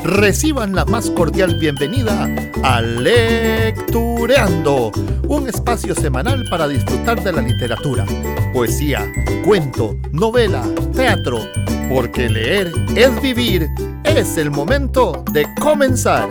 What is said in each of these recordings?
Reciban la más cordial bienvenida a Lectureando, un espacio semanal para disfrutar de la literatura, poesía, cuento, novela, teatro, porque leer es vivir. Es el momento de comenzar.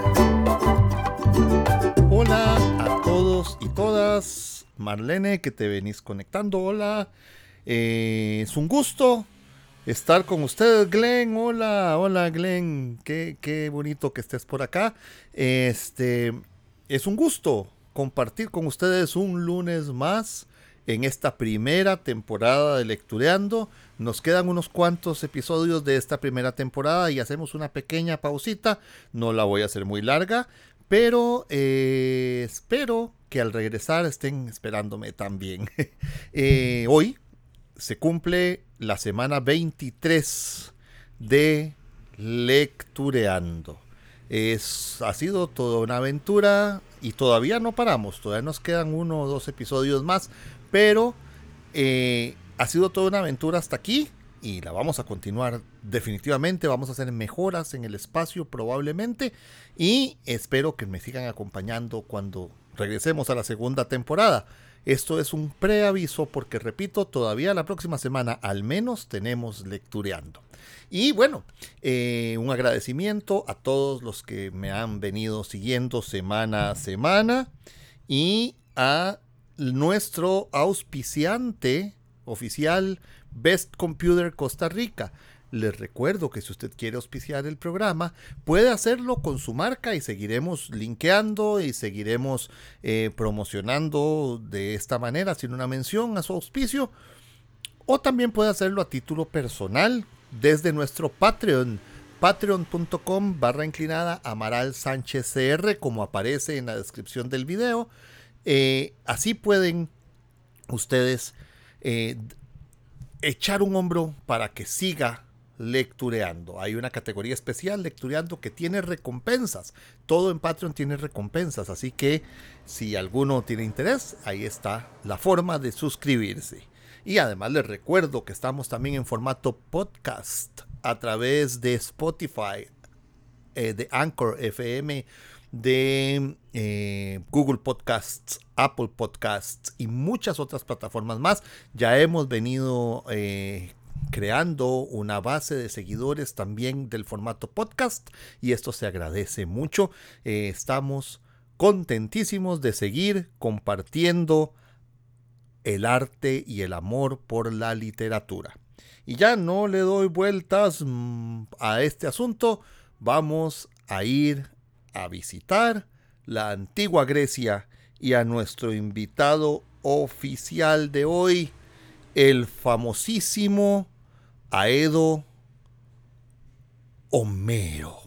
Hola a todos y todas. Marlene, que te venís conectando, hola. Es un gusto estar con ustedes. Glenn, hola Glenn, qué bonito que estés por acá. Es un gusto compartir con ustedes un lunes más en esta primera temporada de Lectureando. Nos quedan unos cuantos episodios de esta primera temporada y hacemos una pequeña pausita. No la voy a hacer muy larga, pero espero que al regresar estén esperándome también. Hoy se cumple la semana 23 de Lectureando. Ha sido toda una aventura y todavía no paramos, todavía nos quedan 1 o 2 episodios más, pero ha sido toda una aventura hasta aquí y la vamos a continuar definitivamente. Vamos a hacer mejoras en el espacio probablemente y espero que me sigan acompañando cuando regresemos a la segunda temporada. Esto es un preaviso porque, repito, todavía la próxima semana al menos tenemos Lectureando. Y bueno, un agradecimiento a todos los que me han venido siguiendo semana a semana y a nuestro auspiciante oficial Best Computer Costa Rica. Les recuerdo que si usted quiere auspiciar el programa, puede hacerlo con su marca y seguiremos linkeando y seguiremos promocionando de esta manera, haciendo una mención a su auspicio. O también puede hacerlo a título personal desde nuestro Patreon, patreon.com/Amaral Sánchez CR, como aparece en la descripción del video. Así pueden ustedes echar un hombro para que siga Lectureando. Hay una categoría especial, Lectureando, que tiene recompensas. Todo en Patreon tiene recompensas, así que si alguno tiene interés, ahí está la forma de suscribirse. Y además les recuerdo que estamos también en formato podcast a través de Spotify, de Anchor FM, de Google Podcasts, Apple Podcasts y muchas otras plataformas más. Ya hemos venido creando una base de seguidores también del formato podcast y esto se agradece mucho. Estamos contentísimos de seguir compartiendo el arte y el amor por la literatura. Y ya no le doy vueltas a este asunto. Vamos a ir a visitar la antigua Grecia y a nuestro invitado oficial de hoy, el famosísimo Aedo Homero.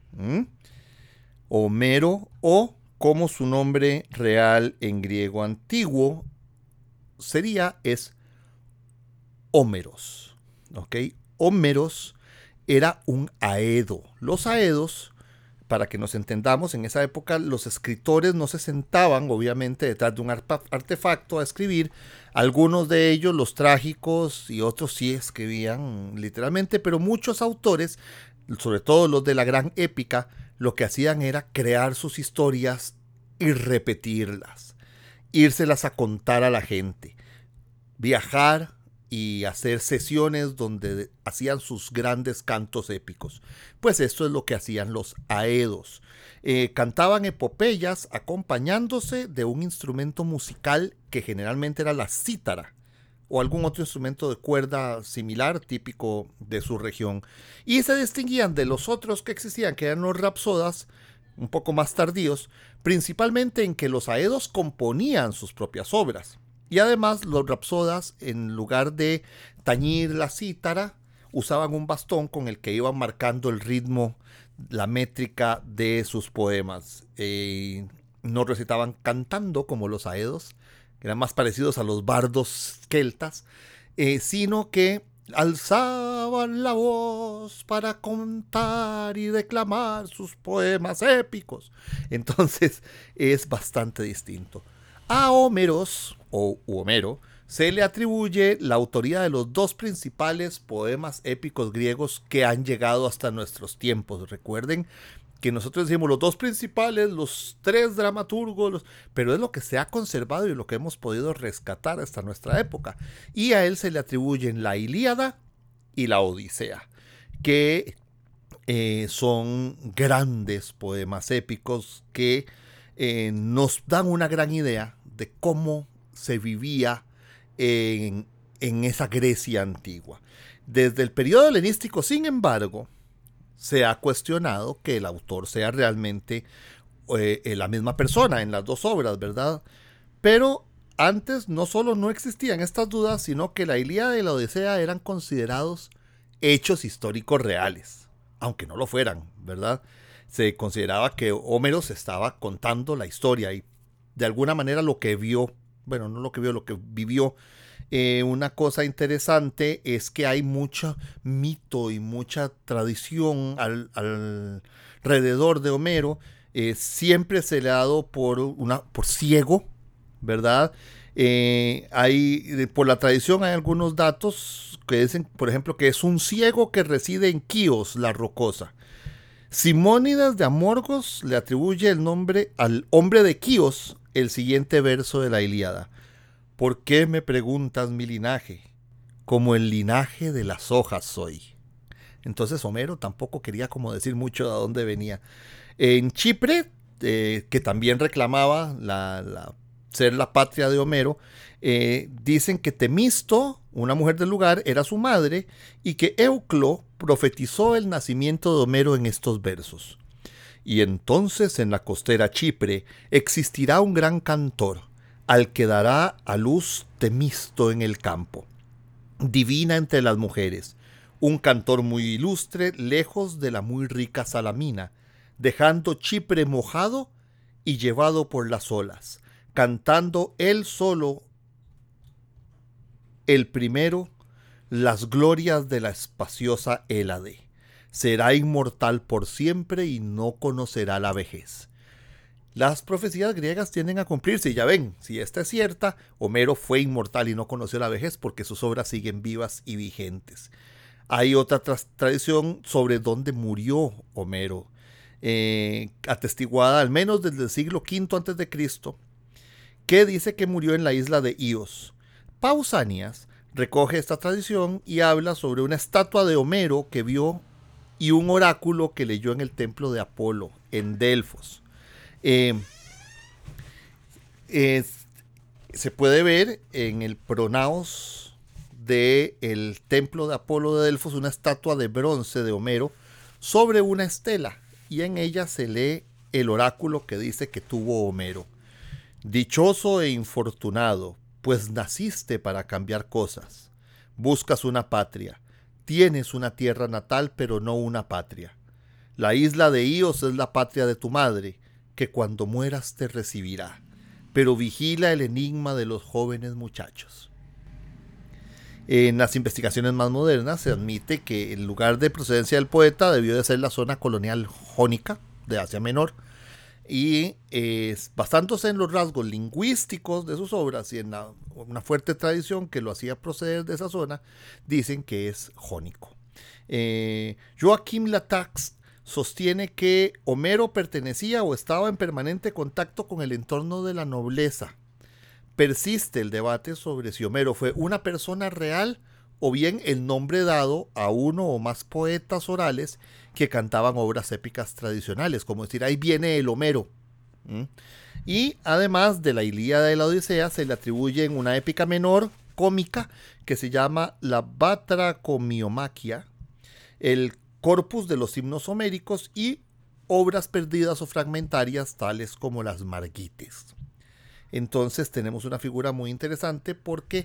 Homero, o como su nombre real en griego antiguo es Homeros. ¿Ok? Homeros era un aedo. Los aedos, para que nos entendamos, en esa época los escritores no se sentaban, obviamente, detrás de un artefacto a escribir. Algunos de ellos, los trágicos, y otros sí escribían literalmente, pero muchos autores, sobre todo los de la gran épica, lo que hacían era crear sus historias y repetirlas, írselas a contar a la gente, viajar y hacer sesiones donde hacían sus grandes cantos épicos. Pues esto es lo que hacían los aedos. Cantaban epopeyas acompañándose de un instrumento musical que generalmente era la cítara o algún otro instrumento de cuerda similar típico de su región. Y se distinguían de los otros que existían, que eran los rapsodas, un poco más tardíos, principalmente en que los aedos componían sus propias obras. Y además los rapsodas, en lugar de tañir la cítara, usaban un bastón con el que iban marcando el ritmo, la métrica de sus poemas. No recitaban cantando como los aedos, que eran más parecidos a los bardos celtas, sino que alzaban la voz para contar y declamar sus poemas épicos. Entonces es bastante distinto. A Homeros, o Homero, se le atribuye la autoría de los dos principales poemas épicos griegos que han llegado hasta nuestros tiempos. Recuerden que nosotros decimos los dos principales, los tres dramaturgos, pero es lo que se ha conservado y lo que hemos podido rescatar hasta nuestra época. Y a él se le atribuyen la Ilíada y la Odisea, que son grandes poemas épicos que nos dan una gran idea de cómo se vivía en esa Grecia antigua. Desde el periodo helenístico, sin embargo, se ha cuestionado que el autor sea realmente la misma persona en las dos obras, ¿verdad? Pero antes no solo no existían estas dudas, sino que la Ilíada y la Odisea eran considerados hechos históricos reales, aunque no lo fueran, ¿verdad? Se consideraba que Homero se estaba contando la historia y de alguna manera lo que vio, bueno, no lo que vio, lo que vivió. Una cosa interesante es que hay mucho mito y mucha tradición alrededor de Homero. Siempre se le ha dado por ciego, ¿verdad? Por la tradición hay algunos datos que dicen, por ejemplo, que es un ciego que reside en Quíos, la Rocosa. Simónidas de Amorgos le atribuye el nombre al hombre de Quíos, el siguiente verso de la Ilíada. ¿Por qué me preguntas mi linaje? Como el linaje de las hojas soy. Entonces Homero tampoco quería como decir mucho de dónde venía. En Chipre, que también reclamaba ser la patria de Homero, dicen que Temisto, una mujer del lugar, era su madre y que Euclo profetizó el nacimiento de Homero en estos versos. Y entonces en la costera Chipre existirá un gran cantor, al que dará a luz Temisto en el campo, divina entre las mujeres, un cantor muy ilustre, lejos de la muy rica Salamina, dejando Chipre mojado y llevado por las olas, cantando él solo, el primero, las glorias de la espaciosa Hélade. Será inmortal por siempre y no conocerá la vejez. Las profecías griegas tienden a cumplirse y ya ven, si esta es cierta, Homero fue inmortal y no conoció la vejez porque sus obras siguen vivas y vigentes. Hay otra tradición sobre dónde murió Homero, atestiguada al menos desde el siglo V a.C., que dice que murió en la isla de Ios. Pausanias recoge esta tradición y habla sobre una estatua de Homero que vio y un oráculo que leyó en el templo de Apolo, en Delfos. Se puede ver en el pronaos del templo de Apolo de Delfos una estatua de bronce de Homero sobre una estela y en ella se lee el oráculo que dice que tuvo Homero. Dichoso e infortunado, pues naciste para cambiar cosas. Buscas una patria. Tienes una tierra natal, pero no una patria. La isla de Ios es la patria de tu madre, que cuando mueras te recibirá, pero vigila el enigma de los jóvenes muchachos. En las investigaciones más modernas se admite que el lugar de procedencia del poeta debió de ser la zona colonial jónica de Asia Menor, y basándose en los rasgos lingüísticos de sus obras y en una fuerte tradición que lo hacía proceder de esa zona, dicen que es jónico. Joachim Latax sostiene que Homero pertenecía o estaba en permanente contacto con el entorno de la nobleza. Persiste el debate sobre si Homero fue una persona real o bien el nombre dado a uno o más poetas orales que cantaban obras épicas tradicionales, como decir, ahí viene el Homero. Y además de la Ilíada y la Odisea, se le atribuyen una épica menor cómica que se llama la Batracomiomaquia, el corpus de los himnos homéricos y obras perdidas o fragmentarias tales como las Margites. Entonces tenemos una figura muy interesante porque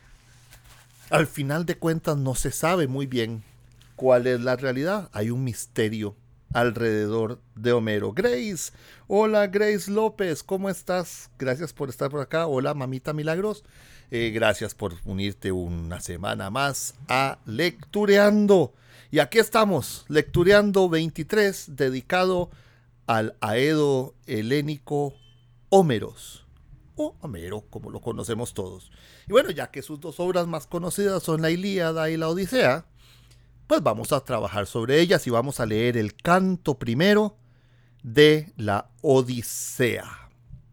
al final de cuentas no se sabe muy bien cuál es la realidad. Hay un misterio alrededor de Homero. Grace, hola Grace López, ¿cómo estás? Gracias por estar por acá. Hola mamita Milagros, gracias por unirte una semana más a Lectureando. Y aquí estamos, Lectureando 23, dedicado al Aedo helénico Homeros. o Homero, como lo conocemos todos. Y bueno, ya que sus dos obras más conocidas son la Ilíada y la Odisea, pues vamos a trabajar sobre ellas y vamos a leer el canto primero de la Odisea.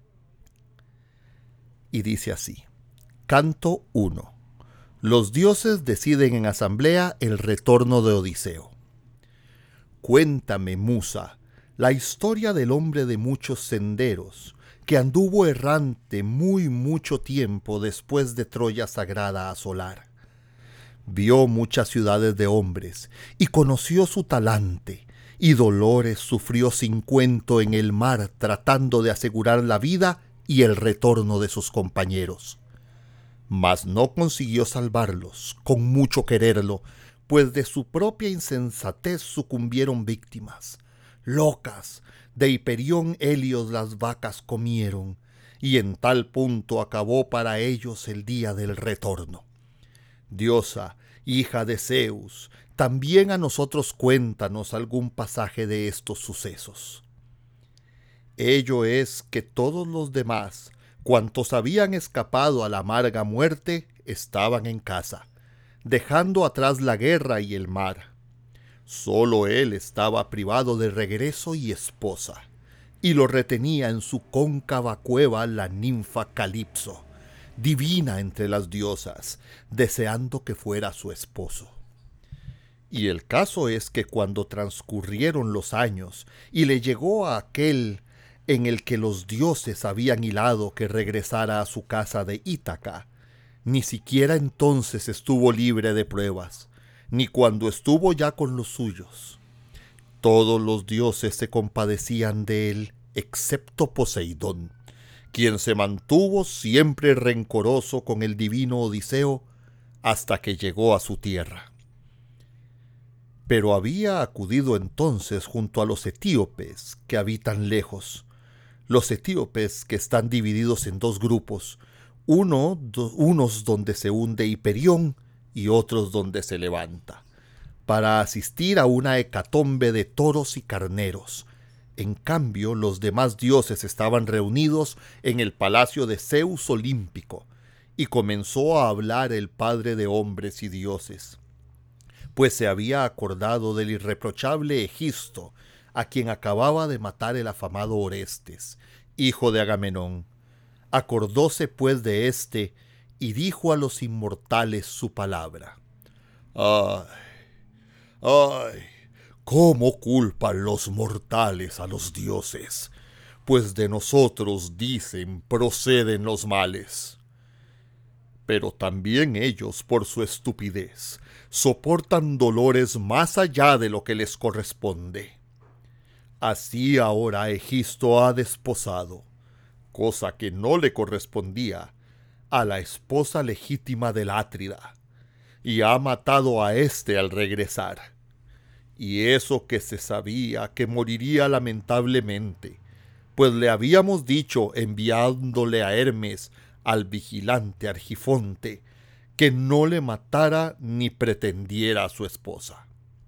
Y dice así: Canto 1. Los dioses deciden en asamblea el retorno de Odiseo. Cuéntame, musa, la historia del hombre de muchos senderos, que anduvo errante mucho tiempo después de Troya sagrada asolar. Vio muchas ciudades de hombres y conoció su talante, y dolores sufrió sin cuento en el mar tratando de asegurar la vida y el retorno de sus compañeros. Mas no consiguió salvarlos, con mucho quererlo, pues de su propia insensatez sucumbieron víctimas. Locas, de Hiperión Helios las vacas comieron, y en tal punto acabó para ellos el día del retorno. Diosa, hija de Zeus, también a nosotros cuéntanos algún pasaje de estos sucesos. Ello es que todos los demás, cuantos habían escapado a la amarga muerte, estaban en casa, dejando atrás la guerra y el mar. Solo él estaba privado de regreso y esposa, y lo retenía en su cóncava cueva la ninfa Calipso, divina entre las diosas, deseando que fuera su esposo. Y el caso es que cuando transcurrieron los años y le llegó a aquel en el que los dioses habían hilado que regresara a su casa de Ítaca, ni siquiera entonces estuvo libre de pruebas, ni cuando estuvo ya con los suyos. Todos los dioses se compadecían de él, excepto Poseidón, quien se mantuvo siempre rencoroso con el divino Odiseo hasta que llegó a su tierra. Pero había acudido entonces junto a los etíopes que habitan lejos, los etíopes que están divididos en dos grupos, unos donde se hunde Hiperión y otros donde se levanta, para asistir a una hecatombe de toros y carneros. En cambio, los demás dioses estaban reunidos en el palacio de Zeus olímpico, y comenzó a hablar el padre de hombres y dioses, pues se había acordado del irreprochable Egisto, a quien acababa de matar el afamado Orestes, hijo de Agamenón. Acordóse pues de éste y dijo a los inmortales su palabra. ¡Ay! ¡Ay! ¿Cómo culpan los mortales a los dioses? Pues de nosotros, dicen, proceden los males. Pero también ellos, por su estupidez, soportan dolores más allá de lo que les corresponde. Así ahora Egisto ha desposado, cosa que no le correspondía, a la esposa legítima del Átrida, y ha matado a éste al regresar. Y eso que se sabía que moriría lamentablemente, pues le habíamos dicho, enviándole a Hermes, al vigilante Argifonte, que no le matara ni pretendiera a su esposa.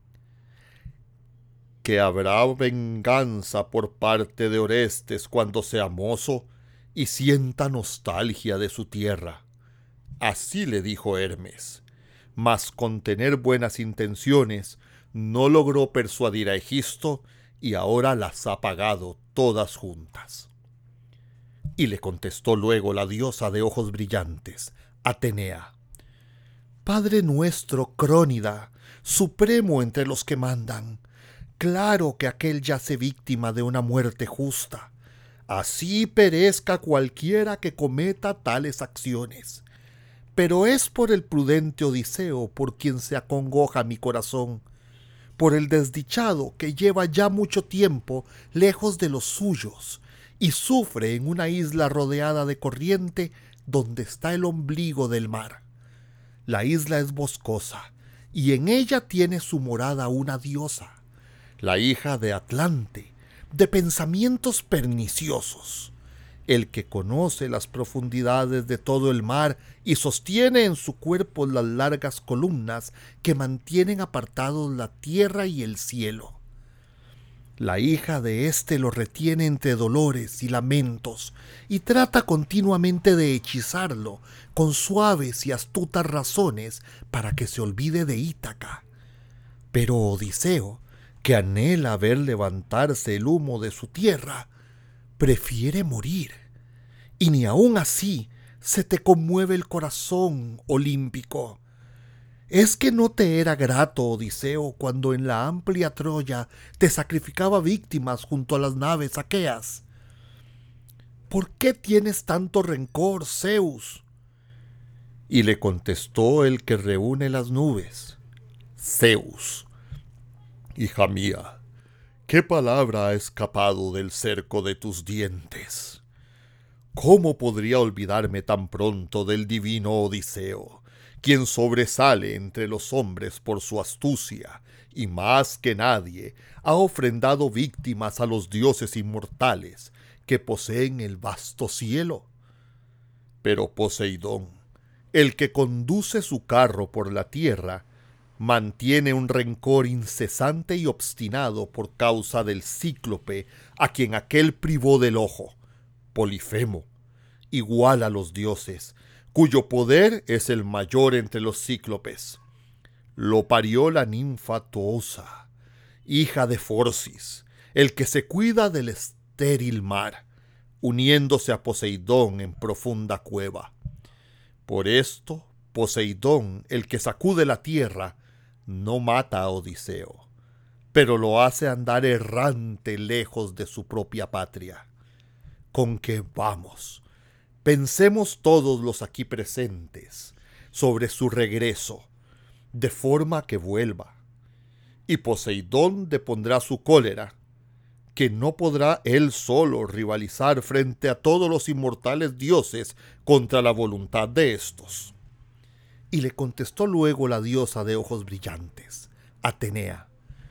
Que habrá venganza por parte de Orestes cuando sea mozo y sienta nostalgia de su tierra. Así le dijo Hermes, mas con tener buenas intenciones no logró persuadir a Egisto y ahora las ha pagado todas juntas. Y le contestó luego la diosa de ojos brillantes, Atenea: Padre nuestro, Crónida, supremo entre los que mandan, claro que aquel yace víctima de una muerte justa. Así perezca cualquiera que cometa tales acciones. Pero es por el prudente Odiseo por quien se acongoja mi corazón, por el desdichado que lleva ya mucho tiempo lejos de los suyos y sufre en una isla rodeada de corriente donde está el ombligo del mar. La isla es boscosa y en ella tiene su morada una diosa, la hija de Atlante, de pensamientos perniciosos. El que conoce las profundidades de todo el mar y sostiene en su cuerpo las largas columnas que mantienen apartados la tierra y el cielo. La hija de éste lo retiene entre dolores y lamentos y trata continuamente de hechizarlo con suaves y astutas razones para que se olvide de Ítaca. Pero Odiseo, que anhela ver levantarse el humo de su tierra, prefiere morir. Y ni aun así se te conmueve el corazón, olímpico. ¿Es que no te era grato, Odiseo, cuando en la amplia Troya te sacrificaba víctimas junto a las naves aqueas? ¿Por qué tienes tanto rencor, Zeus? Y le contestó el que reúne las nubes: Zeus, hija mía, ¿qué palabra ha escapado del cerco de tus dientes? ¿Cómo podría olvidarme tan pronto del divino Odiseo, quien sobresale entre los hombres por su astucia y más que nadie ha ofrendado víctimas a los dioses inmortales que poseen el vasto cielo? Pero Poseidón, el que conduce su carro por la tierra, mantiene un rencor incesante y obstinado por causa del cíclope a quien aquel privó del ojo, Polifemo, igual a los dioses, cuyo poder es el mayor entre los cíclopes. Lo parió la ninfa Toosa, hija de Forcis, el que se cuida del estéril mar, uniéndose a Poseidón en profunda cueva. Por esto, Poseidón, el que sacude la tierra, no mata a Odiseo, pero lo hace andar errante lejos de su propia patria. Con que vamos, pensemos todos los aquí presentes sobre su regreso, de forma que vuelva. Y Poseidón depondrá su cólera, que no podrá él solo rivalizar frente a todos los inmortales dioses contra la voluntad de éstos. Y le contestó luego la diosa de ojos brillantes, Atenea: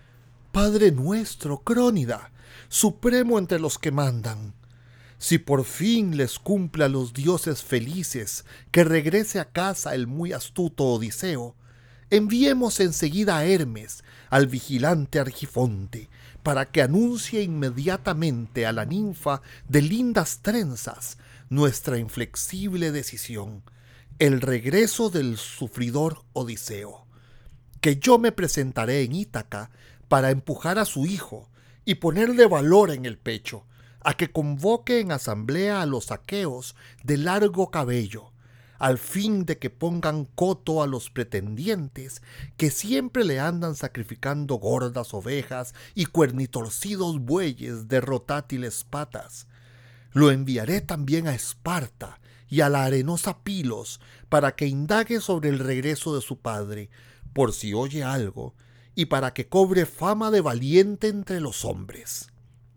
Padre nuestro, Crónida, supremo entre los que mandan, si por fin les cumple a los dioses felices que regrese a casa el muy astuto Odiseo, enviemos enseguida a Hermes, al vigilante Argifonte, para que anuncie inmediatamente a la ninfa de lindas trenzas nuestra inflexible decisión, el regreso del sufridor Odiseo, que yo me presentaré en Ítaca para empujar a su hijo y ponerle valor en el pecho, a que convoque en asamblea a los aqueos de largo cabello, al fin de que pongan coto a los pretendientes que siempre le andan sacrificando gordas ovejas y cuernitorcidos bueyes de rotátiles patas. Lo enviaré también a Esparta y a la arenosa Pilos para que indague sobre el regreso de su padre, por si oye algo, y para que cobre fama de valiente entre los hombres.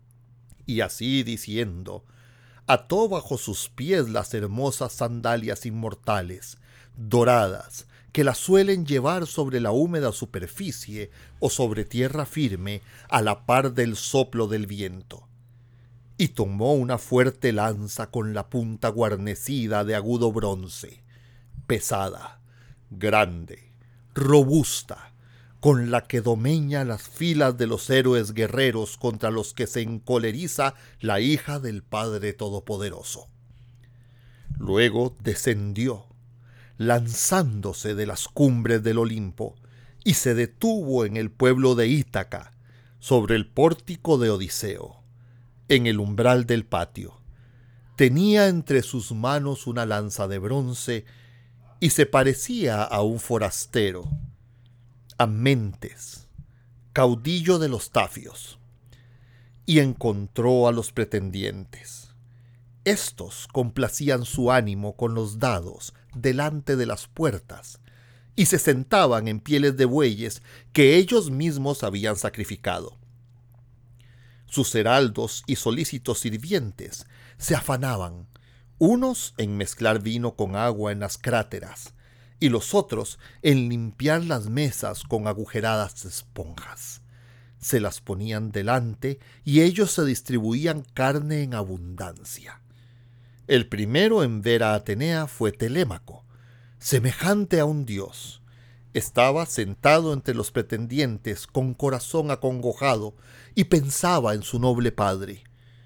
Y así diciendo, ató bajo sus pies las hermosas sandalias inmortales, doradas, que las suelen llevar sobre la húmeda superficie o sobre tierra firme a la par del soplo del viento. Y tomó una fuerte lanza con la punta guarnecida de agudo bronce, pesada, grande, robusta, con la que domeña las filas de los héroes guerreros contra los que se encoleriza la hija del Padre Todopoderoso. Luego descendió, lanzándose de las cumbres del Olimpo, y se detuvo en el pueblo de Ítaca, sobre el pórtico de Odiseo, en el umbral del patio. Tenía entre sus manos una lanza de bronce y se parecía a un forastero, Amentes, caudillo de los Tafios, y encontró a los pretendientes. Estos complacían su ánimo con los dados delante de las puertas y se sentaban en pieles de bueyes que ellos mismos habían sacrificado. Sus heraldos y solícitos sirvientes se afanaban, unos en mezclar vino con agua en las cráteras, y los otros en limpiar las mesas con agujeradas esponjas. Se las ponían delante y ellos se distribuían carne en abundancia. El primero en ver a Atenea fue Telémaco, semejante a un dios. Estaba sentado entre los pretendientes con corazón acongojado y pensaba en su noble padre.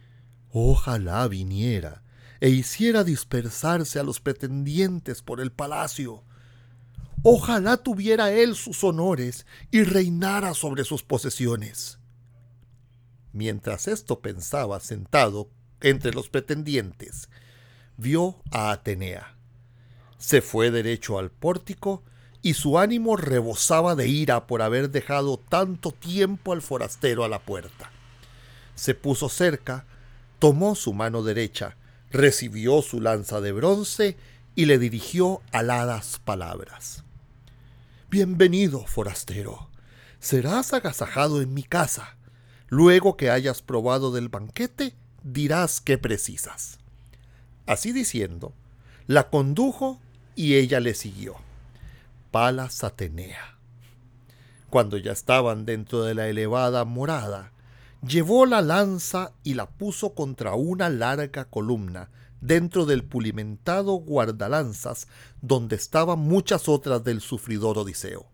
Ojalá viniera e hiciera dispersarse a los pretendientes por el palacio. Ojalá tuviera él sus honores y reinara sobre sus posesiones. Mientras esto pensaba sentado entre los pretendientes, vio a Atenea. Se fue derecho al pórtico y su ánimo rebosaba de ira por haber dejado tanto tiempo al forastero a la puerta. Se puso cerca, tomó su mano derecha, recibió su lanza de bronce y le dirigió aladas palabras. Bienvenido, forastero. Serás agasajado en mi casa. Luego que hayas probado del banquete, dirás qué precisas. Así diciendo, la condujo y ella le siguió. Palas Atenea. Cuando ya estaban dentro de la elevada morada, llevó la lanza y la puso contra una larga columna dentro del pulimentado guardalanzas donde estaban muchas otras del sufridor Odiseo.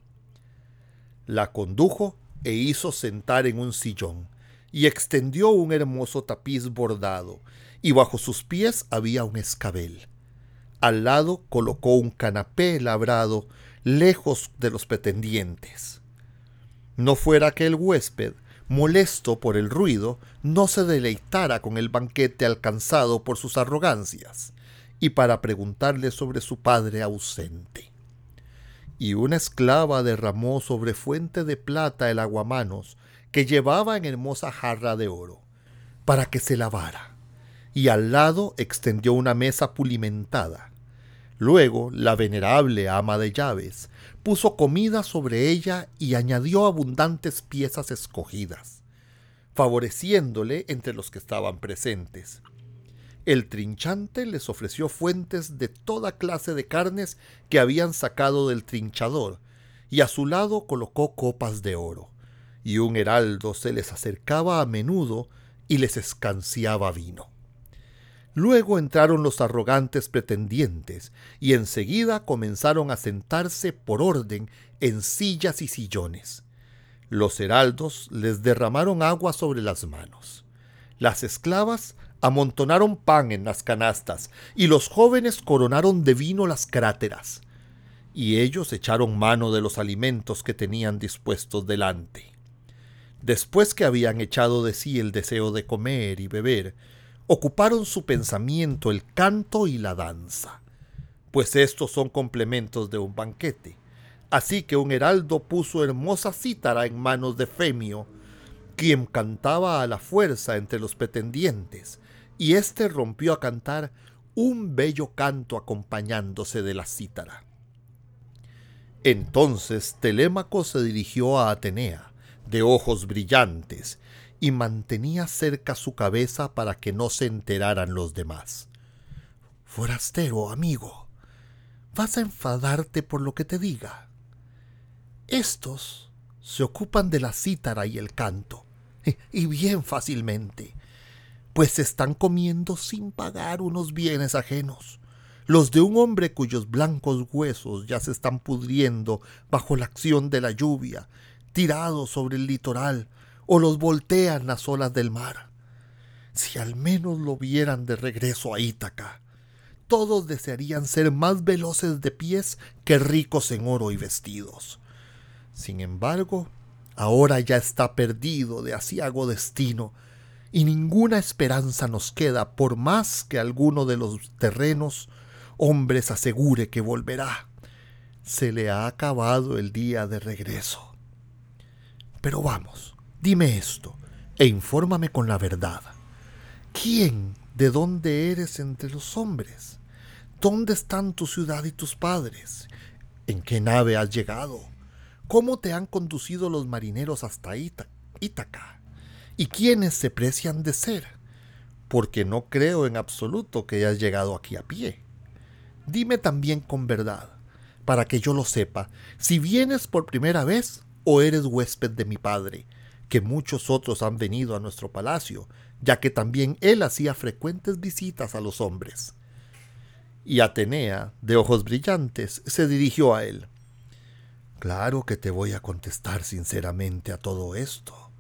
La condujo e hizo sentar en un sillón y extendió un hermoso tapiz bordado, y bajo sus pies había un escabel. Al lado colocó un canapé labrado lejos de los pretendientes. No fuera que el huésped, molesto por el ruido, no se deleitara con el banquete alcanzado por sus arrogancias, y para preguntarle sobre su padre ausente. Y una esclava derramó sobre fuente de plata el aguamanos que llevaba en hermosa jarra de oro, para que se lavara, y al lado extendió una mesa pulimentada. Luego la venerable ama de llaves puso comida sobre ella y añadió abundantes piezas escogidas, favoreciéndole entre los que estaban presentes. El trinchante les ofreció fuentes de toda clase de carnes que habían sacado del trinchador, y a su lado colocó copas de oro, y un heraldo se les acercaba a menudo y les escanciaba vino. Luego entraron los arrogantes pretendientes, y enseguida comenzaron a sentarse por orden en sillas y sillones. Los heraldos les derramaron agua sobre las manos. Las esclavas amontonaron pan en las canastas, y los jóvenes coronaron de vino las cráteras. Y ellos echaron mano de los alimentos que tenían dispuestos delante. Después que habían echado de sí el deseo de comer y beber, ocuparon su pensamiento el canto y la danza, pues estos son complementos de un banquete. Así que un heraldo puso hermosa cítara en manos de Femio, quien cantaba a la fuerza entre los pretendientes, y éste rompió a cantar un bello canto acompañándose de la cítara. Entonces Telémaco se dirigió a Atenea, de ojos brillantes, y mantenía cerca su cabeza para que no se enteraran los demás. Forastero, amigo, ¿vas a enfadarte por lo que te diga? Estos se ocupan de la cítara y el canto, y bien fácilmente, pues se están comiendo sin pagar unos bienes ajenos, los de un hombre cuyos blancos huesos ya se están pudriendo bajo la acción de la lluvia, tirados sobre el litoral, o los voltean las olas del mar. Si al menos lo vieran de regreso a Ítaca, todos desearían ser más veloces de pies que ricos en oro y vestidos. Sin embargo, ahora ya está perdido de aciago destino, y ninguna esperanza nos queda por más que alguno de los terrenos hombres asegure que volverá. Se le ha acabado el día de regreso. Pero vamos, dime esto, e infórmame con la verdad. ¿Quién, de dónde eres entre los hombres? ¿Dónde están tu ciudad y tus padres? ¿En qué nave has llegado? ¿Cómo te han conducido los marineros hasta Ítaca? ¿Y quiénes se precian de ser? Porque no creo en absoluto que hayas llegado aquí a pie. Dime también con verdad, para que yo lo sepa, si vienes por primera vez o eres huésped de mi padre, que muchos otros han venido a nuestro palacio, ya que también él hacía frecuentes visitas a los hombres. Y Atenea, de ojos brillantes, se dirigió a él. Claro que te voy a contestar sinceramente a todo esto.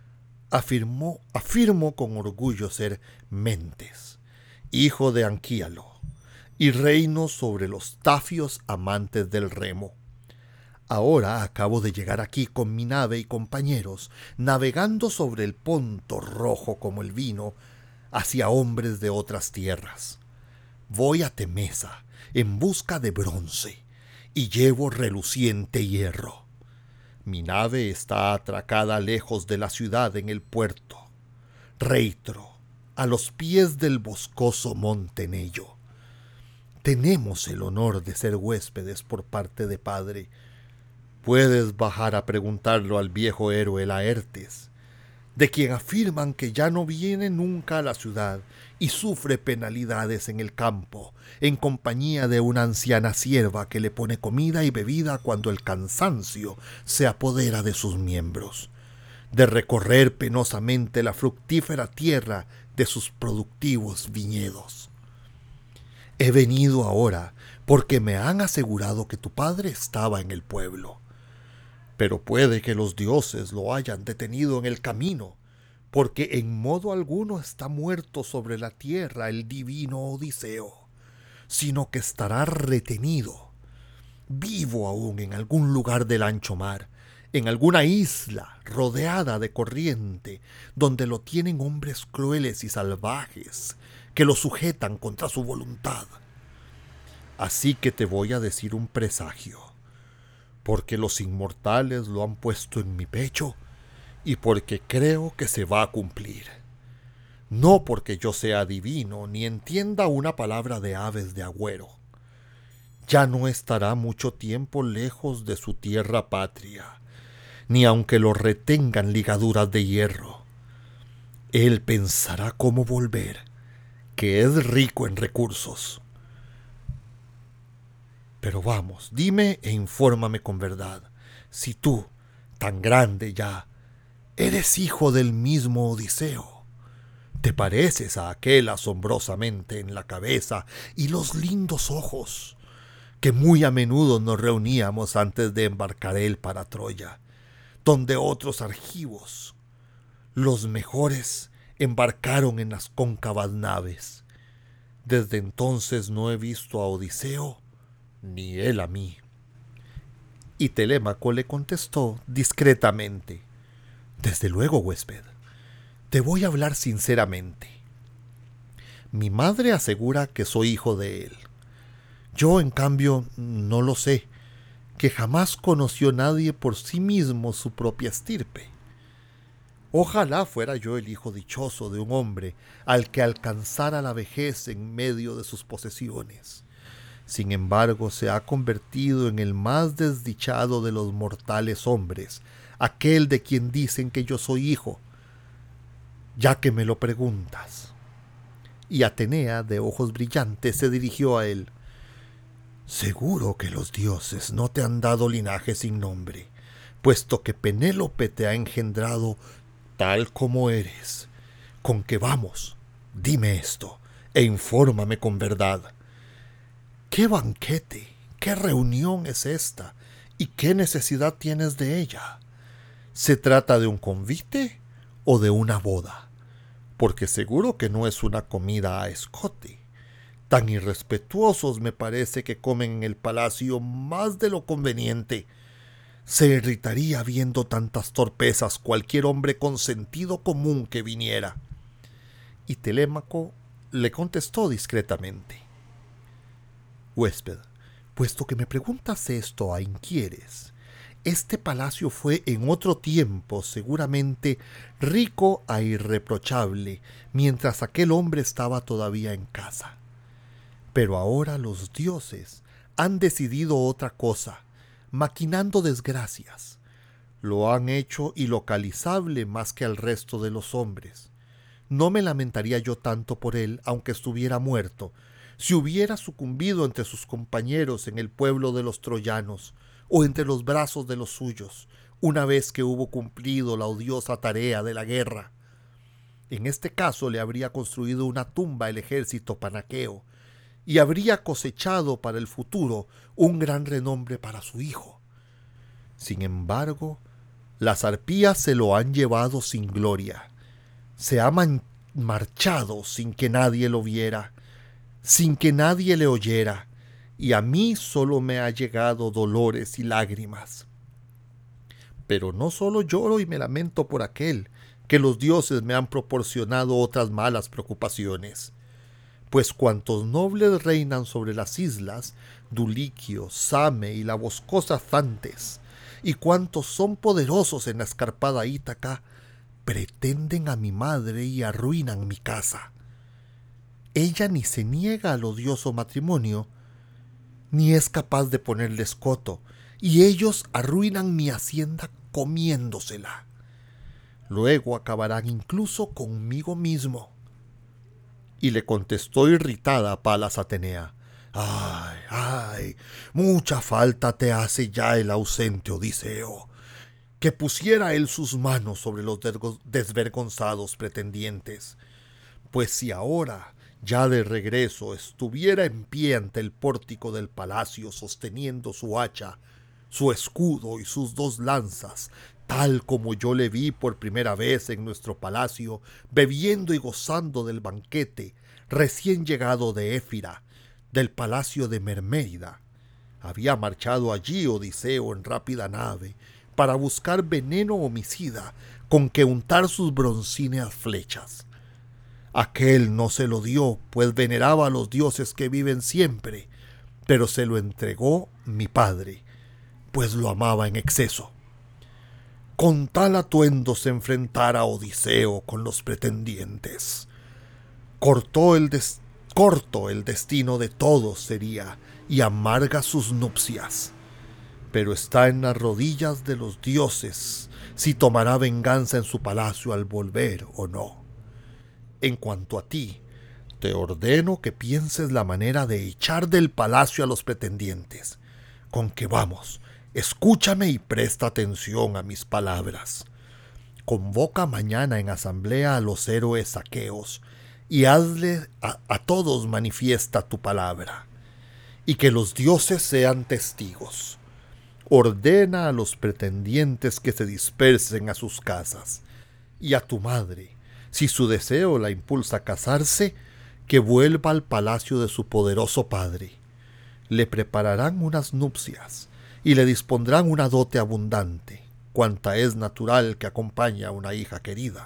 Afirmo con orgullo ser Mentes, hijo de Anquíalo, y reino sobre los tafios amantes del remo. Ahora acabo de llegar aquí con mi nave y compañeros, navegando sobre el Ponto rojo como el vino, hacia hombres de otras tierras. Voy a Temesa en busca de bronce, y llevo reluciente hierro. Mi nave está atracada lejos de la ciudad en el puerto, Reitro, a los pies del boscoso monte Nello. Tenemos el honor de ser huéspedes por parte de padre. Puedes bajar a preguntarlo al viejo héroe Laertes, de quien afirman que ya no viene nunca a la ciudad y sufre penalidades en el campo, en compañía de una anciana sierva que le pone comida y bebida cuando el cansancio se apodera de sus miembros, de recorrer penosamente la fructífera tierra de sus productivos viñedos. He venido ahora porque me han asegurado que tu padre estaba en el pueblo. Pero puede que los dioses lo hayan detenido en el camino, porque en modo alguno está muerto sobre la tierra el divino Odiseo, sino que estará retenido, vivo aún en algún lugar del ancho mar, en alguna isla rodeada de corriente, donde lo tienen hombres crueles y salvajes, que lo sujetan contra su voluntad. Así que te voy a decir un presagio, porque los inmortales lo han puesto en mi pecho y porque creo que se va a cumplir. No porque yo sea divino ni entienda una palabra de aves de agüero. Ya no estará mucho tiempo lejos de su tierra patria, ni aunque lo retengan ligaduras de hierro. Él pensará cómo volver, que es rico en recursos. Pero vamos, dime e infórmame con verdad, si tú, tan grande ya, eres hijo del mismo Odiseo. Te pareces a aquel asombrosamente en la cabeza y los lindos ojos, que muy a menudo nos reuníamos antes de embarcar él para Troya, donde otros argivos, los mejores, embarcaron en las cóncavas naves. Desde entonces no he visto a Odiseo, ni él a mí. Y Telémaco le contestó discretamente: Desde luego, huésped, te voy a hablar sinceramente. Mi madre asegura que soy hijo de él. Yo, en cambio, no lo sé, que jamás conoció nadie por sí mismo su propia estirpe. Ojalá fuera yo el hijo dichoso de un hombre al que alcanzara la vejez en medio de sus posesiones. Sin embargo, se ha convertido en el más desdichado de los mortales hombres, aquel de quien dicen que yo soy hijo, ya que me lo preguntas. Y Atenea, de ojos brillantes, se dirigió a él. Seguro que los dioses no te han dado linaje sin nombre, puesto que Penélope te ha engendrado tal como eres. Con que vamos, dime esto, e infórmame con verdad. ¿Qué banquete, qué reunión es esta, y qué necesidad tienes de ella? ¿Se trata de un convite o de una boda? Porque seguro que no es una comida a escote. Tan irrespetuosos me parece que comen en el palacio más de lo conveniente. Se irritaría viendo tantas torpezas cualquier hombre con sentido común que viniera. Y Telémaco le contestó discretamente: Huésped, puesto que me preguntas esto a inquieres, este palacio fue en otro tiempo seguramente rico e irreprochable, mientras aquel hombre estaba todavía en casa. Pero ahora los dioses han decidido otra cosa, maquinando desgracias. Lo han hecho ilocalizable más que al resto de los hombres. No me lamentaría yo tanto por él, aunque estuviera muerto, si hubiera sucumbido entre sus compañeros en el pueblo de los troyanos, o entre los brazos de los suyos, una vez que hubo cumplido la odiosa tarea de la guerra. En este caso le habría construido una tumba el ejército panaqueo, y habría cosechado para el futuro un gran renombre para su hijo. Sin embargo, las arpías se lo han llevado sin gloria. Se ha marchado sin que nadie lo viera, sin que nadie le oyera, y a mí solo me ha llegado dolores y lágrimas. Pero no solo lloro y me lamento por aquel, que los dioses me han proporcionado otras malas preocupaciones. Pues cuantos nobles reinan sobre las islas, Duliquio, Same y la boscosa Zantes, y cuantos son poderosos en la escarpada Ítaca, pretenden a mi madre y arruinan mi casa. Ella ni se niega al odioso matrimonio, ni es capaz de ponerles coto, y ellos arruinan mi hacienda comiéndosela. Luego acabarán incluso conmigo mismo. Y le contestó irritada Palas Atenea: ¡Ay, ay! Mucha falta te hace ya el ausente Odiseo. Que pusiera él sus manos sobre los desvergonzados pretendientes. Pues si ahora, ya de regreso, estuviera en pie ante el pórtico del palacio sosteniendo su hacha, su escudo y sus 2 lanzas, tal como yo le vi por primera vez en nuestro palacio, bebiendo y gozando del banquete, recién llegado de Éfira, del palacio de Mermérida. Había marchado allí Odiseo en rápida nave, para buscar veneno homicida con que untar sus broncíneas flechas. Aquel no se lo dio, pues veneraba a los dioses que viven siempre, pero se lo entregó mi padre, pues lo amaba en exceso. Con tal atuendo se enfrentara Odiseo con los pretendientes. Corto el destino de todos sería, y amarga sus nupcias. Pero está en las rodillas de los dioses si tomará venganza en su palacio al volver o no. En cuanto a ti, te ordeno que pienses la manera de echar del palacio a los pretendientes. Con que vamos, escúchame y presta atención a mis palabras. Convoca mañana en asamblea a los héroes aqueos y hazle a todos manifiesta tu palabra, y que los dioses sean testigos. Ordena a los pretendientes que se dispersen a sus casas, y a tu madre, si su deseo la impulsa a casarse, que vuelva al palacio de su poderoso padre. Le prepararán unas nupcias, y le dispondrán una dote abundante, cuanta es natural que acompaña a una hija querida.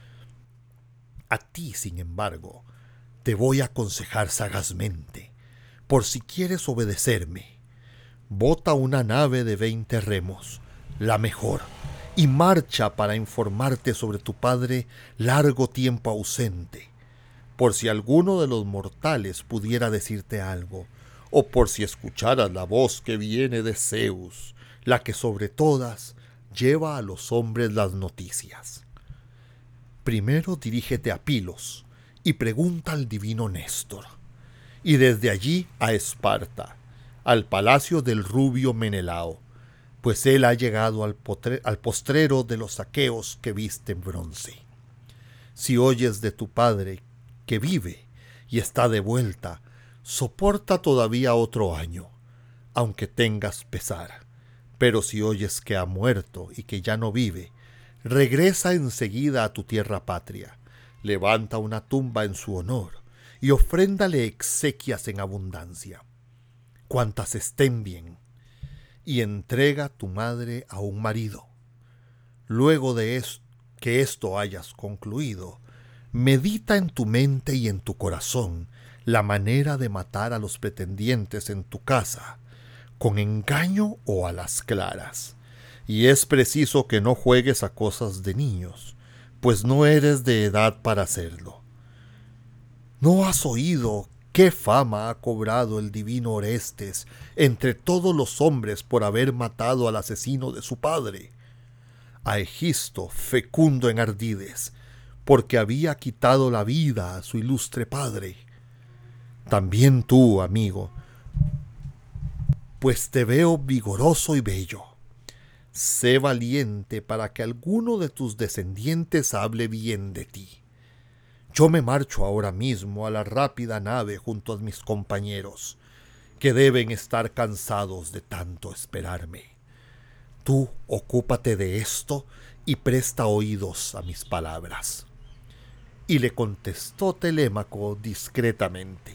A ti, sin embargo, te voy a aconsejar sagazmente, por si quieres obedecerme. Bota una nave de 20 remos, la mejor, y marcha para informarte sobre tu padre largo tiempo ausente, por si alguno de los mortales pudiera decirte algo, o por si escucharas la voz que viene de Zeus, la que sobre todas lleva a los hombres las noticias. Primero dirígete a Pilos y pregunta al divino Néstor, y desde allí a Esparta, al palacio del rubio Menelao, pues él ha llegado al postrero de los aqueos que visten bronce. Si oyes de tu padre que vive y está de vuelta, soporta todavía otro año, aunque tengas pesar. Pero si oyes que ha muerto y que ya no vive, regresa enseguida a tu tierra patria, levanta una tumba en su honor y ofréndale exequias en abundancia, cuantas estén bien, y entrega tu madre a un marido. Luego de que esto hayas concluido, medita en tu mente y en tu corazón la manera de matar a los pretendientes en tu casa, con engaño o a las claras. Y es preciso que no juegues a cosas de niños, pues no eres de edad para hacerlo. ¿No has oído qué fama ha cobrado el divino Orestes entre todos los hombres por haber matado al asesino de su padre? A Egisto, fecundo en ardides, porque había quitado la vida a su ilustre padre. También tú, amigo, pues te veo vigoroso y bello. Sé valiente para que alguno de tus descendientes hable bien de ti. Yo me marcho ahora mismo a la rápida nave junto a mis compañeros, que deben estar cansados de tanto esperarme. Tú ocúpate de esto y presta oídos a mis palabras. Y le contestó Telémaco discretamente: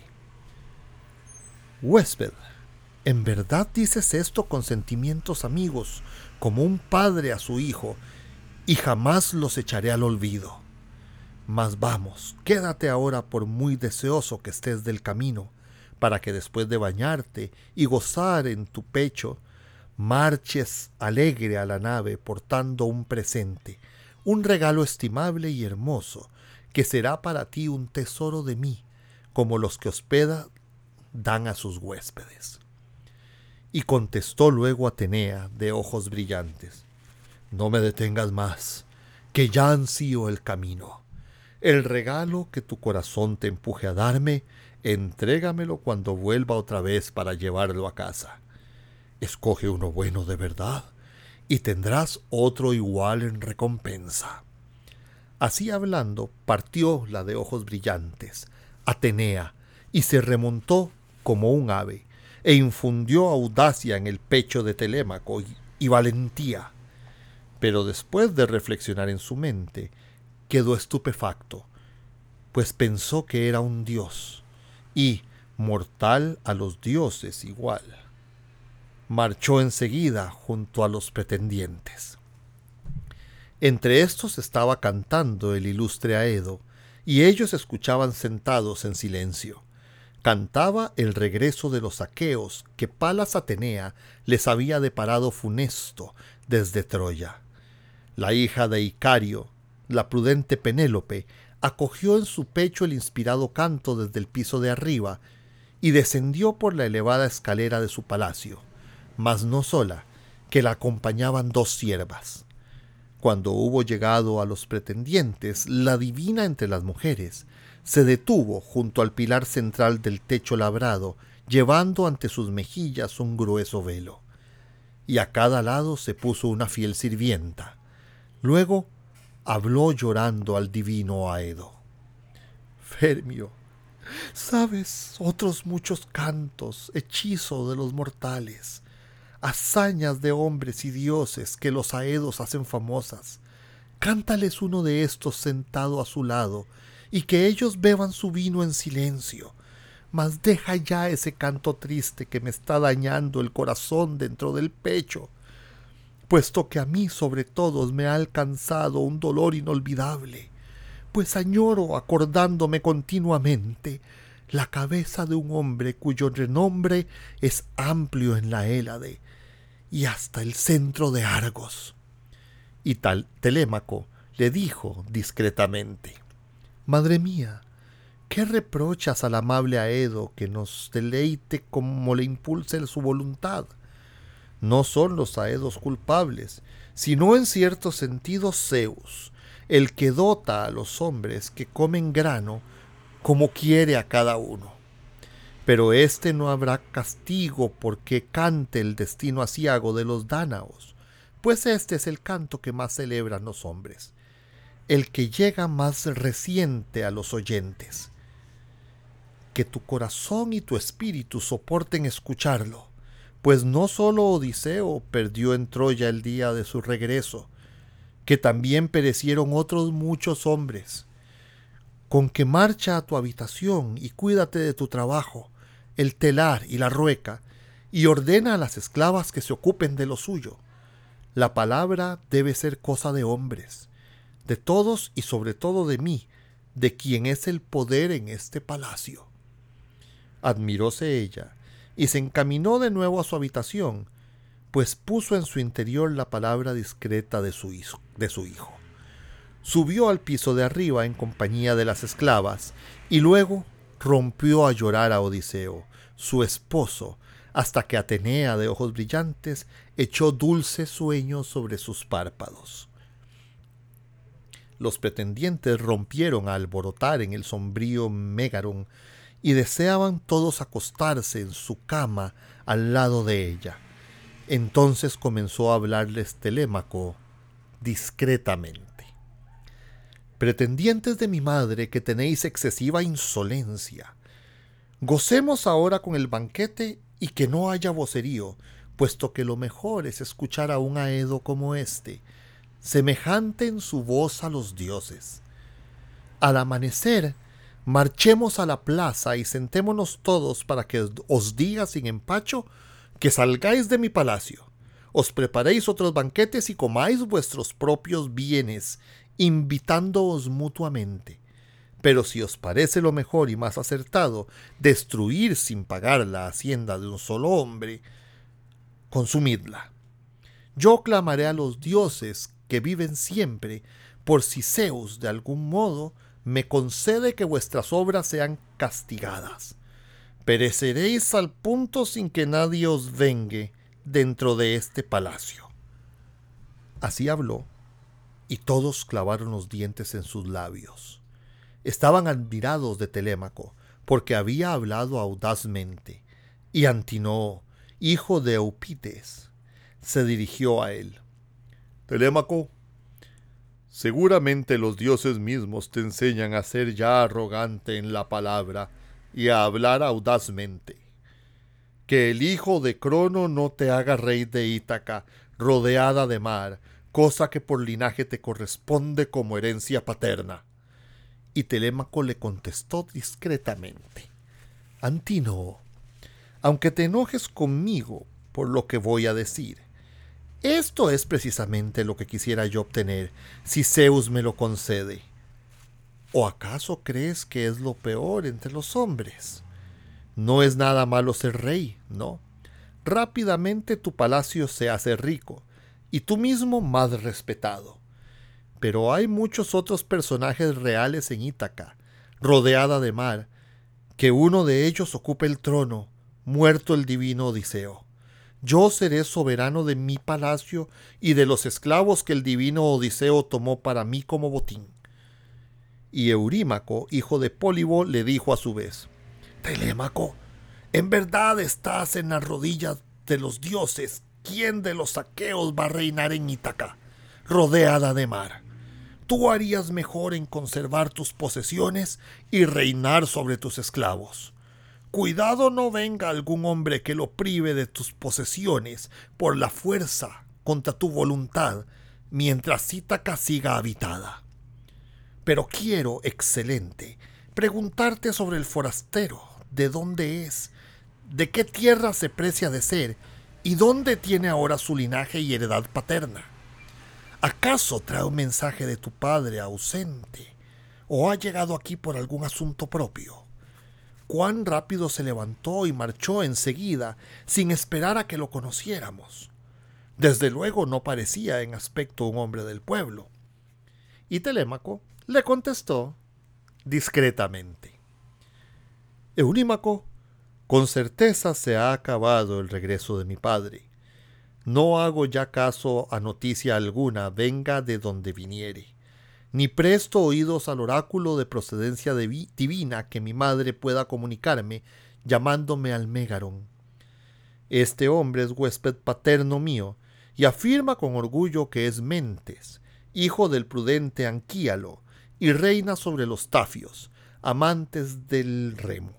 huésped, ¿en verdad dices esto con sentimientos amigos, como un padre a su hijo, y jamás los echaré al olvido? Mas vamos, quédate ahora por muy deseoso que estés del camino, para que después de bañarte y gozar en tu pecho, marches alegre a la nave portando un presente, un regalo estimable y hermoso, que será para ti un tesoro de mí, como los que hospeda dan a sus huéspedes. Y contestó luego Atenea, de ojos brillantes: no me detengas más, que ya ansío el camino. El regalo que tu corazón te empuje a darme, entrégamelo cuando vuelva otra vez para llevarlo a casa. Escoge uno bueno de verdad, y tendrás otro igual en recompensa. Así hablando, partió la de ojos brillantes, Atenea, y se remontó como un ave, e infundió audacia en el pecho de Telémaco y valentía. Pero después de reflexionar en su mente, quedó estupefacto, pues pensó que era un dios, y mortal a los dioses igual. Marchó enseguida junto a los pretendientes. Entre estos estaba cantando el ilustre Aedo, y ellos escuchaban sentados en silencio. Cantaba el regreso de los aqueos que Palas Atenea les había deparado funesto desde Troya. La hija de Icario, la prudente Penélope, acogió en su pecho el inspirado canto desde el piso de arriba y descendió por la elevada escalera de su palacio, mas no sola, que la acompañaban 2 siervas. Cuando hubo llegado a los pretendientes, la divina entre las mujeres se detuvo junto al pilar central del techo labrado, llevando ante sus mejillas un grueso velo, y a cada lado se puso una fiel sirvienta. Luego habló llorando al divino Aedo: Fermio, sabes otros muchos cantos, hechizo de los mortales, hazañas de hombres y dioses que los Aedos hacen famosas. Cántales uno de estos sentado a su lado, y que ellos beban su vino en silencio. Mas deja ya ese canto triste que me está dañando el corazón dentro del pecho, puesto que a mí sobre todos me ha alcanzado un dolor inolvidable, pues añoro, acordándome continuamente, la cabeza de un hombre cuyo renombre es amplio en la Hélade y hasta el centro de Argos. Y tal Telémaco le dijo discretamente: Madre mía, ¿qué reprochas al amable Aedo que nos deleite como le impulse su voluntad? No son los Aedos culpables, sino en cierto sentido Zeus, el que dota a los hombres que comen grano como quiere a cada uno. Pero éste no habrá castigo porque cante el destino aciago de los dánaos, pues este es el canto que más celebran los hombres, el que llega más reciente a los oyentes. Que tu corazón y tu espíritu soporten escucharlo, pues no solo Odiseo perdió en Troya el día de su regreso, que también perecieron otros muchos hombres. Con que marcha a tu habitación y cuídate de tu trabajo, el telar y la rueca, y ordena a las esclavas que se ocupen de lo suyo. La palabra debe ser cosa de hombres, de todos y sobre todo de mí, de quien es el poder en este palacio. Admiróse ella, y se encaminó de nuevo a su habitación, pues puso en su interior la palabra discreta de su hijo. Subió al piso de arriba en compañía de las esclavas, y luego rompió a llorar a Odiseo, su esposo, hasta que Atenea, de ojos brillantes, echó dulce sueño sobre sus párpados. Los pretendientes rompieron a alborotar en el sombrío Mégaron, y deseaban todos acostarse en su cama al lado de ella. Entonces comenzó a hablarles Telémaco discretamente: Pretendientes de mi madre, que tenéis excesiva insolencia, gocemos ahora con el banquete y que no haya vocerío, puesto que lo mejor es escuchar a un aedo como este, semejante en su voz a los dioses. Al amanecer, marchemos a la plaza y sentémonos todos para que os diga sin empacho que salgáis de mi palacio, os preparéis otros banquetes y comáis vuestros propios bienes, invitándoos mutuamente. Pero si os parece lo mejor y más acertado destruir sin pagar la hacienda de un solo hombre, consumidla. Yo clamaré a los dioses que viven siempre, por si Zeus de algún modo me concede que vuestras obras sean castigadas. Pereceréis al punto sin que nadie os vengue dentro de este palacio. Así habló, y todos clavaron los dientes en sus labios. Estaban admirados de Telémaco, porque había hablado audazmente, y Antinoo, hijo de Eupites, se dirigió a él. Telémaco, seguramente los dioses mismos te enseñan a ser ya arrogante en la palabra y a hablar audazmente. Que el hijo de Crono no te haga rey de Ítaca, rodeada de mar, cosa que por linaje te corresponde como herencia paterna. Y Telémaco le contestó discretamente. Antinoo, aunque te enojes conmigo por lo que voy a decir, esto es precisamente lo que quisiera yo obtener, si Zeus me lo concede. ¿O acaso crees que es lo peor entre los hombres? No es nada malo ser rey, ¿no? Rápidamente tu palacio se hace rico, y tú mismo más respetado. Pero hay muchos otros personajes reales en Ítaca, rodeada de mar, que uno de ellos ocupe el trono, muerto el divino Odiseo. Yo seré soberano de mi palacio y de los esclavos que el divino Odiseo tomó para mí como botín. Y Eurímaco, hijo de Pólibo, le dijo a su vez, Telémaco, en verdad estás en las rodillas de los dioses. ¿Quién de los aqueos va a reinar en Ítaca, rodeada de mar? Tú harías mejor en conservar tus posesiones y reinar sobre tus esclavos. Cuidado no venga algún hombre que lo prive de tus posesiones por la fuerza contra tu voluntad, mientras Ítaca siga habitada. Pero quiero, excelente, preguntarte sobre el forastero, de dónde es, de qué tierra se precia de ser y dónde tiene ahora su linaje y heredad paterna. ¿Acaso trae un mensaje de tu padre ausente o ha llegado aquí por algún asunto propio? Cuán rápido se levantó y marchó enseguida, sin esperar a que lo conociéramos. Desde luego no parecía en aspecto un hombre del pueblo. Y Telémaco le contestó discretamente. Eurímaco, con certeza se ha acabado el regreso de mi padre. No hago ya caso a noticia alguna, venga de donde viniere, ni presto oídos al oráculo de procedencia divina que mi madre pueda comunicarme, llamándome Almégaron. Este hombre es huésped paterno mío, y afirma con orgullo que es Mentes, hijo del prudente Anquíalo, y reina sobre los Tafios, amantes del remo.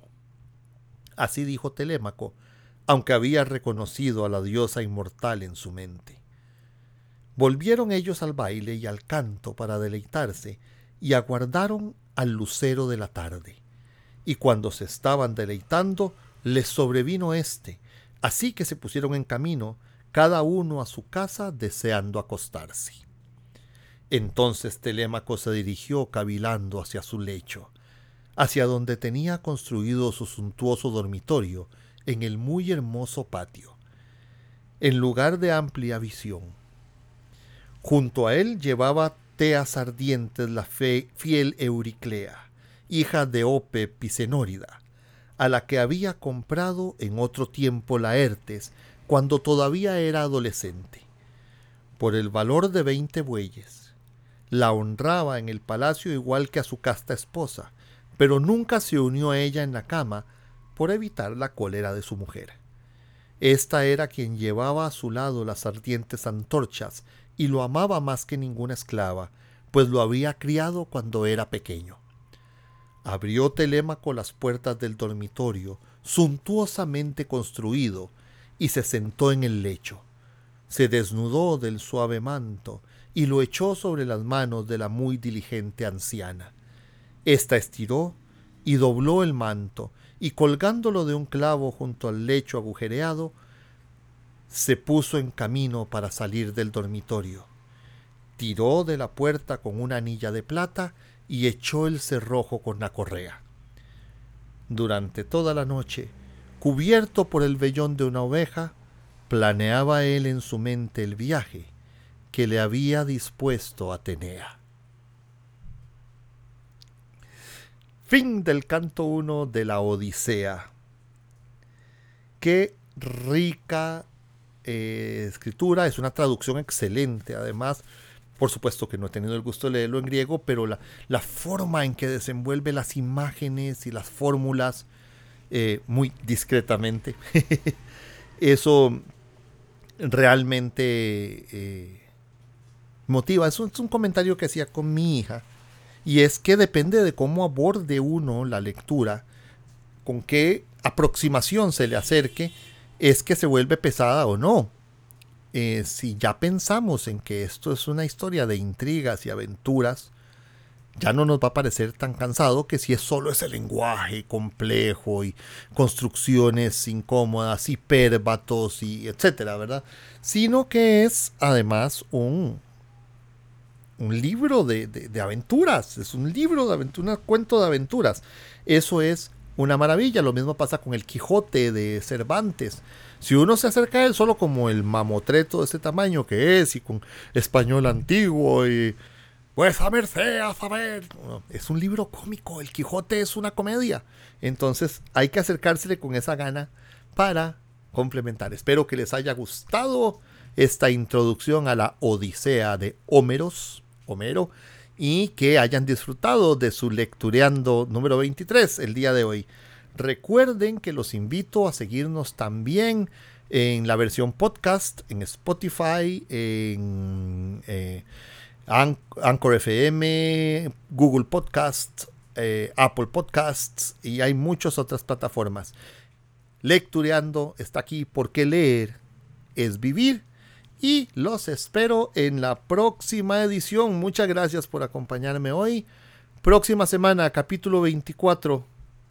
Así dijo Telémaco, aunque había reconocido a la diosa inmortal en su mente. Volvieron ellos al baile y al canto para deleitarse, y aguardaron al lucero de la tarde. Y cuando se estaban deleitando, les sobrevino éste, así que se pusieron en camino, cada uno a su casa, deseando acostarse. Entonces Telémaco se dirigió cavilando hacia su lecho, hacia donde tenía construido su suntuoso dormitorio en el muy hermoso patio, en lugar de amplia visión. Junto a él llevaba teas ardientes la fiel Euriclea, hija de Ope Pisenórida, a la que había comprado en otro tiempo Laertes cuando todavía era adolescente, por el valor de 20 bueyes. La honraba en el palacio igual que a su casta esposa, pero nunca se unió a ella en la cama por evitar la cólera de su mujer. Esta era quien llevaba a su lado las ardientes antorchas y lo amaba más que ninguna esclava, pues lo había criado cuando era pequeño. Abrió Telémaco las puertas del dormitorio, suntuosamente construido, y se sentó en el lecho. Se desnudó del suave manto y lo echó sobre las manos de la muy diligente anciana. Esta estiró y dobló el manto, y colgándolo de un clavo junto al lecho agujereado, se puso en camino para salir del dormitorio. Tiró de la puerta con una anilla de plata y echó el cerrojo con la correa. Durante toda la noche, cubierto por el vellón de una oveja, planeaba él en su mente el viaje que le había dispuesto Atenea. Fin del canto 1 de la Odisea. Qué rica escritura, es una traducción excelente. Además, por supuesto que no he tenido el gusto de leerlo en griego, pero la forma en que desenvuelve las imágenes y las fórmulas muy discretamente, eso realmente motiva. Es un comentario que hacía con mi hija, y es que depende de cómo aborde uno la lectura, con qué aproximación se le acerque, es que se vuelve pesada o no. Si ya pensamos en que esto es una historia de intrigas y aventuras, ya no nos va a parecer tan cansado que si es solo ese lenguaje complejo y construcciones incómodas, hipérbatos y etcétera, ¿verdad? Sino que es además un libro de aventuras, es un libro de aventuras, un cuento de aventuras. Eso es una maravilla. Lo mismo pasa con el Quijote de Cervantes. Si uno se acerca a él solo como el mamotreto de este tamaño que es, y con español antiguo y pues a merced, a saber, no, es un libro cómico. El Quijote es una comedia. Entonces hay que acercársele con esa gana para complementar. Espero que les haya gustado esta introducción a la Odisea de Homero, y que hayan disfrutado de su lectureando número 23 el día de hoy. Recuerden que los invito a seguirnos también en la versión podcast, en Spotify, en Anchor FM, Google Podcasts, Apple Podcasts, y hay muchas otras plataformas. Lectureando está aquí porque leer es vivir. Y los espero en la próxima edición. Muchas gracias por acompañarme hoy. Próxima semana, capítulo 24.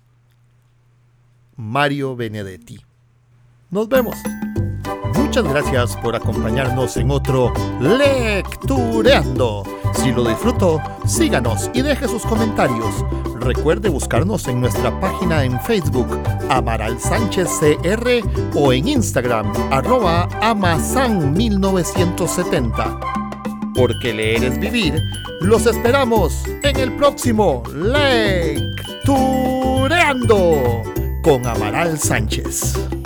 Mario Benedetti. Nos vemos. Muchas gracias por acompañarnos en otro Lectureando. Si lo disfrutó, síganos y deje sus comentarios. Recuerde buscarnos en nuestra página en Facebook, Amaral Sánchez CR, o en Instagram, @amasan1970. Porque leer es vivir. Los esperamos en el próximo Lectureando con Amaral Sánchez.